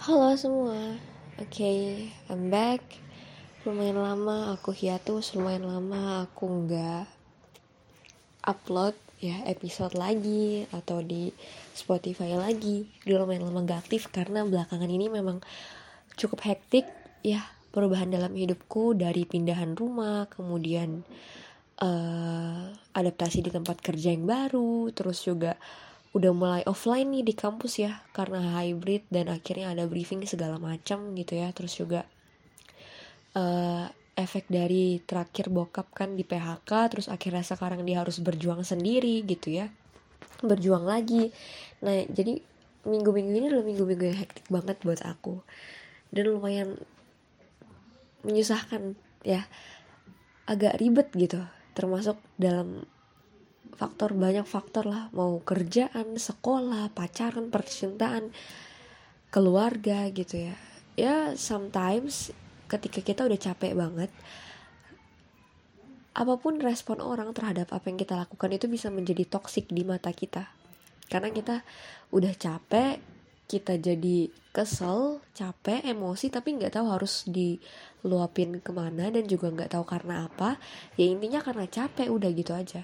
Halo semua, oke, I'm back. Lumayan lama aku hiatus, lumayan lama aku nggak upload ya episode lagi atau di Spotify lagi. Udah lumayan lama nggak aktif karena belakangan ini memang cukup hektik ya, perubahan dalam hidupku dari pindahan rumah, kemudian adaptasi di tempat kerja yang baru, terus juga udah mulai offline nih di kampus ya karena hybrid dan akhirnya ada briefing segala macam gitu ya. Terus juga efek dari terakhir bokap kan di PHK, terus akhirnya sekarang dia harus berjuang sendiri gitu ya, berjuang lagi. Nah jadi minggu-minggu ini adalah minggu-minggu yang hektik banget buat aku dan lumayan menyusahkan ya, agak ribet gitu, termasuk dalam banyak faktor lah, mau kerjaan, sekolah, pacaran, percintaan, keluarga gitu ya. Ya sometimes ketika kita udah capek banget, apapun respon orang terhadap apa yang kita lakukan itu bisa menjadi toksik di mata kita. Karena kita udah capek, kita jadi kesel, capek, emosi, tapi gak tahu harus diluapin kemana dan juga gak tahu karena apa. Ya intinya karena capek, udah gitu aja.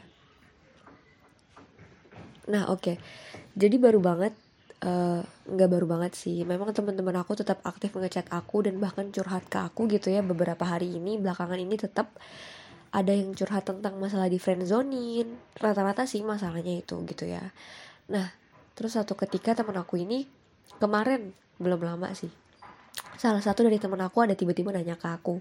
Nah oke. Jadi baru banget, nggak baru banget sih, memang teman-teman aku tetap aktif ngechat aku dan bahkan curhat ke aku gitu ya. Beberapa hari ini belakangan ini tetap ada yang curhat tentang masalah di friendzonin, rata-rata sih masalahnya itu gitu ya. Nah terus satu ketika teman aku ini kemarin, belum lama sih, salah satu dari teman aku ada tiba-tiba nanya ke aku,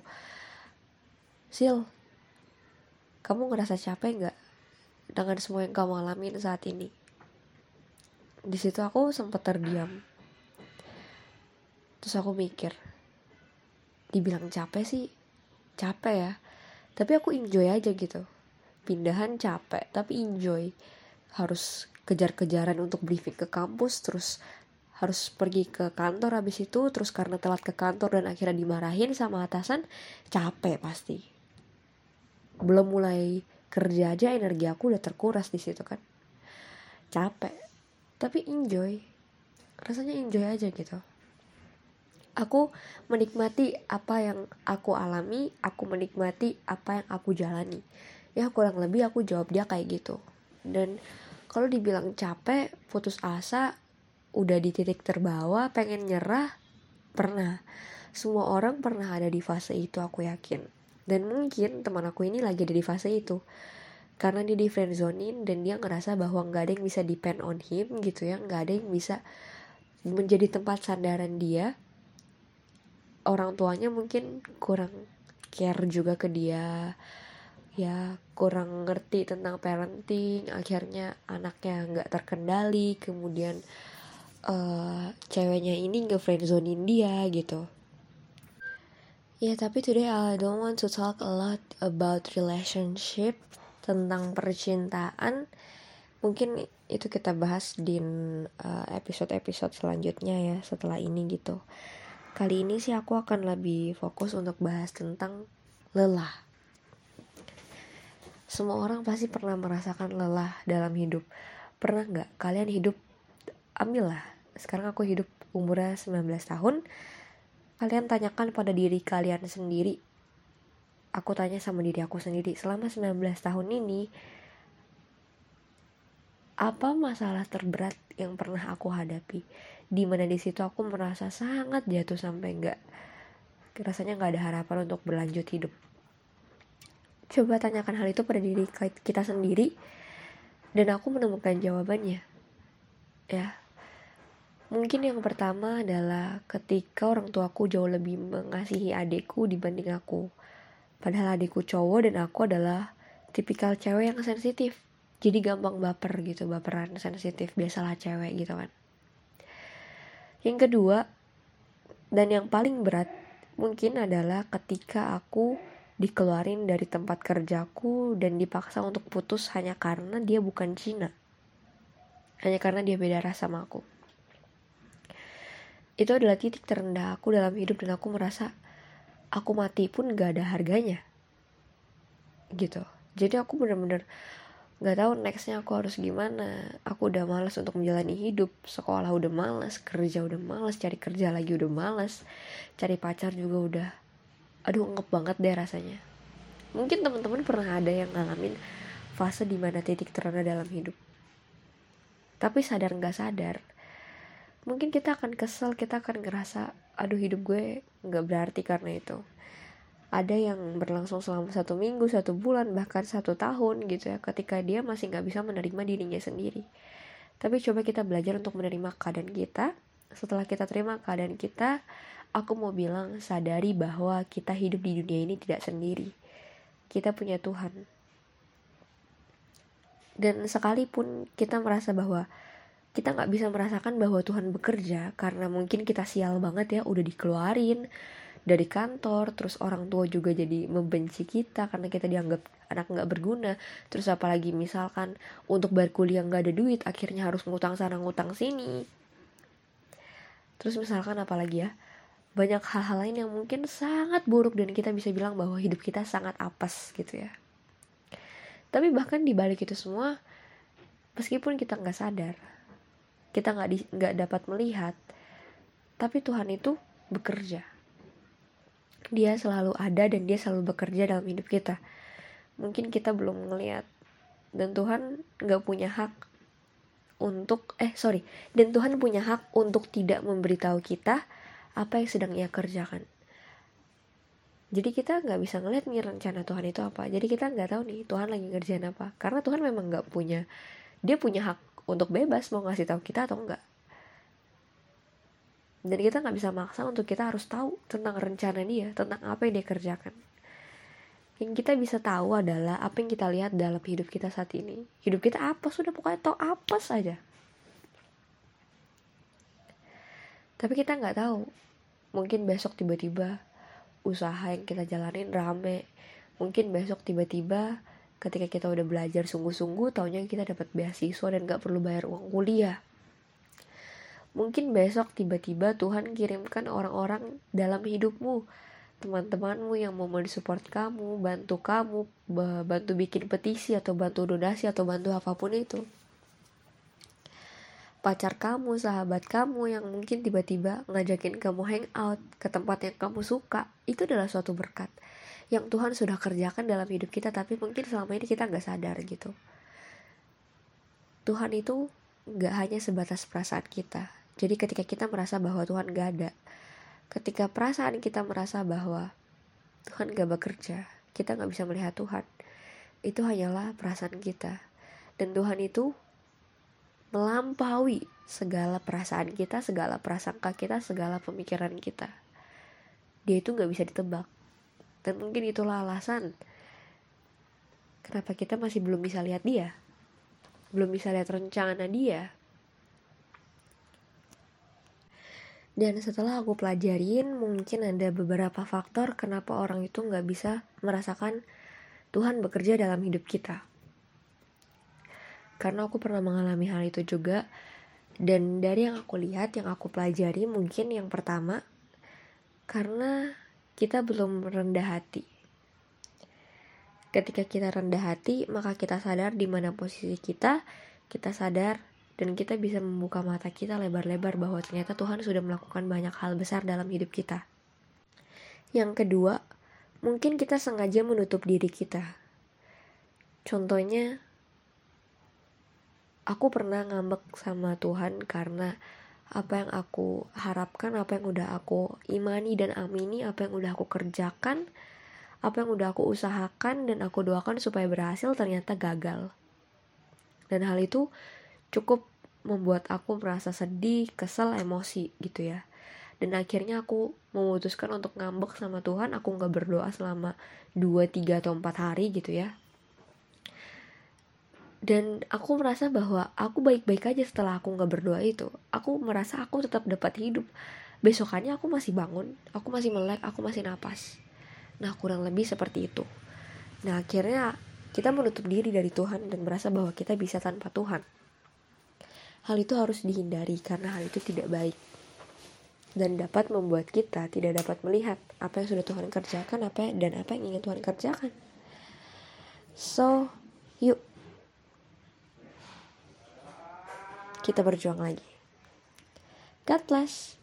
"Sil, kamu ngerasa capek nggak dengan semua yang kamu alamin saat ini?" Di situ aku sempat terdiam. Terus aku mikir, dibilang capek sih capek ya, tapi aku enjoy aja gitu. Pindahan capek tapi enjoy. Harus kejar-kejaran untuk briefing ke kampus, terus harus pergi ke kantor habis itu, terus karena telat ke kantor dan akhirnya dimarahin sama atasan, capek pasti. Belum mulai kerja aja energi aku udah terkuras di situ kan. Capek, tapi enjoy. Rasanya enjoy aja gitu. Aku menikmati apa yang aku alami, aku menikmati apa yang aku jalani. Ya kurang lebih aku jawab dia kayak gitu. Dan kalau dibilang capek, putus asa, udah di titik terbawah, pengen nyerah, pernah. Semua orang pernah ada di fase itu, aku yakin. Dan mungkin teman aku ini lagi ada di fase itu. Karena dia di friendzonin dan dia ngerasa bahwa gak ada yang bisa depend on him gitu ya. Gak ada yang bisa menjadi tempat sandaran dia. Orang tuanya mungkin kurang care juga ke dia, ya kurang ngerti tentang parenting, akhirnya anaknya nggak terkendali, kemudian ceweknya ini nge-friendzonin dia gitu. Ya tapi today I don't want to talk a lot about relationship, tentang percintaan. Mungkin itu kita bahas di episode-episode selanjutnya ya setelah ini gitu. Kali ini sih aku akan lebih fokus untuk bahas tentang lelah. Semua orang pasti pernah merasakan lelah dalam hidup. Pernah gak kalian hidup, ambillah sekarang aku hidup umurnya 19 tahun. Kalian tanyakan pada diri kalian sendiri. Aku tanya sama diri aku sendiri, selama 19 tahun ini, apa masalah terberat yang pernah aku hadapi? Dimana di situ aku merasa sangat jatuh sampai rasanya gak ada harapan untuk berlanjut hidup. Coba tanyakan hal itu pada diri kita sendiri, dan aku menemukan jawabannya. Ya, mungkin yang pertama adalah ketika orang tuaku jauh lebih mengasihi adikku dibanding aku. Padahal adikku cowok dan aku adalah tipikal cewek yang sensitif. Jadi gampang baper gitu, baperan, sensitif, biasalah cewek gitu kan. Yang kedua, dan yang paling berat mungkin adalah ketika aku dikeluarin dari tempat kerjaku dan dipaksa untuk putus hanya karena dia bukan Cina, hanya karena dia beda ras sama aku. Itu adalah titik terendah aku dalam hidup dan aku merasa aku mati pun gak ada harganya gitu. Jadi aku benar-benar Gak tahu nextnya aku harus gimana. Aku udah malas untuk menjalani hidup. Sekolah udah malas, kerja udah malas, cari kerja lagi udah malas, cari pacar juga udah, aduh ngep banget deh rasanya. Mungkin teman-teman pernah ada yang ngalamin fase dimana titik terendah dalam hidup. Tapi sadar gak sadar, mungkin kita akan kesel, kita akan ngerasa, aduh hidup gue gak berarti karena itu. Ada yang berlangsung selama 1 minggu, 1 bulan, bahkan 1 tahun gitu ya, ketika dia masih gak bisa menerima dirinya sendiri. Tapi coba kita belajar untuk menerima keadaan kita. Setelah kita terima keadaan kita, aku mau bilang, sadari bahwa kita hidup di dunia ini tidak sendiri. Kita punya Tuhan. Dan sekalipun kita merasa bahwa kita gak bisa merasakan bahwa Tuhan bekerja, karena mungkin kita sial banget ya, udah dikeluarin dari kantor, terus orang tua juga jadi membenci kita karena kita dianggap anak gak berguna. Terus apalagi misalkan untuk bayar kuliah gak ada duit, akhirnya harus ngutang sana ngutang sini. Terus misalkan apalagi ya, banyak hal-hal lain yang mungkin sangat buruk dan kita bisa bilang bahwa hidup kita sangat apes gitu ya. Tapi bahkan dibalik itu semua, meskipun kita gak sadar, kita gak dapat melihat, tapi Tuhan itu bekerja. Dia selalu ada dan dia selalu bekerja dalam hidup kita. Mungkin kita belum ngelihat. Dan Tuhan gak punya hak untuk dan Tuhan punya hak untuk tidak memberitahu kita apa yang sedang Ia kerjakan. Jadi kita gak bisa ngelihat nih rencana Tuhan itu apa. Jadi kita gak tahu nih Tuhan lagi ngerjain apa. Karena Tuhan memang gak punya, dia punya hak untuk bebas mau ngasih tahu kita atau enggak. Dan kita gak bisa maksa untuk kita harus tahu tentang rencana dia, tentang apa yang dia kerjakan. Yang kita bisa tahu adalah apa yang kita lihat dalam hidup kita saat ini. Hidup kita apa, sudah pokoknya tahu apa saja. Tapi kita gak tahu, mungkin besok tiba-tiba usaha yang kita jalanin rame. Mungkin besok tiba-tiba ketika kita udah belajar sungguh-sungguh, taunya kita dapat beasiswa dan gak perlu bayar uang kuliah. Mungkin besok tiba-tiba Tuhan kirimkan orang-orang dalam hidupmu, teman-temanmu yang mau mensupport kamu, bantu kamu, bantu bikin petisi atau bantu donasi atau bantu apapun itu. Pacar kamu, sahabat kamu yang mungkin tiba-tiba ngajakin kamu hangout ke tempat yang kamu suka. Itu adalah suatu berkat yang Tuhan sudah kerjakan dalam hidup kita, tapi mungkin selama ini kita gak sadar gitu. Tuhan itu gak hanya sebatas perasaan kita. Jadi ketika kita merasa bahwa Tuhan gak ada, ketika perasaan kita merasa bahwa Tuhan gak bekerja, kita gak bisa melihat Tuhan, itu hanyalah perasaan kita. Dan Tuhan itu melampaui segala perasaan kita, segala prasangka kita, segala pemikiran kita. Dia itu gak bisa ditebak. Dan mungkin itulah alasan kenapa kita masih belum bisa lihat dia, belum bisa lihat rencana dia. Dan setelah aku pelajarin, mungkin ada beberapa faktor kenapa orang itu gak bisa merasakan Tuhan bekerja dalam hidup kita. Karena aku pernah mengalami hal itu juga. Dan dari yang aku lihat, yang aku pelajari, mungkin yang pertama, karena kita belum rendah hati. Ketika kita rendah hati, maka kita sadar di mana posisi kita sadar, dan kita bisa membuka mata kita lebar-lebar bahwa ternyata Tuhan sudah melakukan banyak hal besar dalam hidup kita. Yang kedua, mungkin kita sengaja menutup diri kita. Contohnya, aku pernah ngambek sama Tuhan karena apa yang aku harapkan, apa yang udah aku imani dan amini, apa yang udah aku kerjakan, apa yang udah aku usahakan dan aku doakan supaya berhasil, ternyata gagal. Dan hal itu cukup membuat aku merasa sedih, kesel, emosi gitu ya. Dan akhirnya aku memutuskan untuk ngambek sama Tuhan. Aku gak berdoa selama 2, 3, atau 4 hari gitu ya. Dan aku merasa bahwa aku baik-baik aja setelah aku gak berdoa itu. Aku merasa aku tetap dapat hidup. Besokannya aku masih bangun, aku masih melek, aku masih napas. Nah, kurang lebih seperti itu. Nah, akhirnya kita menutup diri dari Tuhan dan merasa bahwa kita bisa tanpa Tuhan. Hal itu harus dihindari karena hal itu tidak baik dan dapat membuat kita tidak dapat melihat apa yang sudah Tuhan kerjakan, apa yang ingin Tuhan kerjakan. So, yuk kita berjuang lagi. God bless.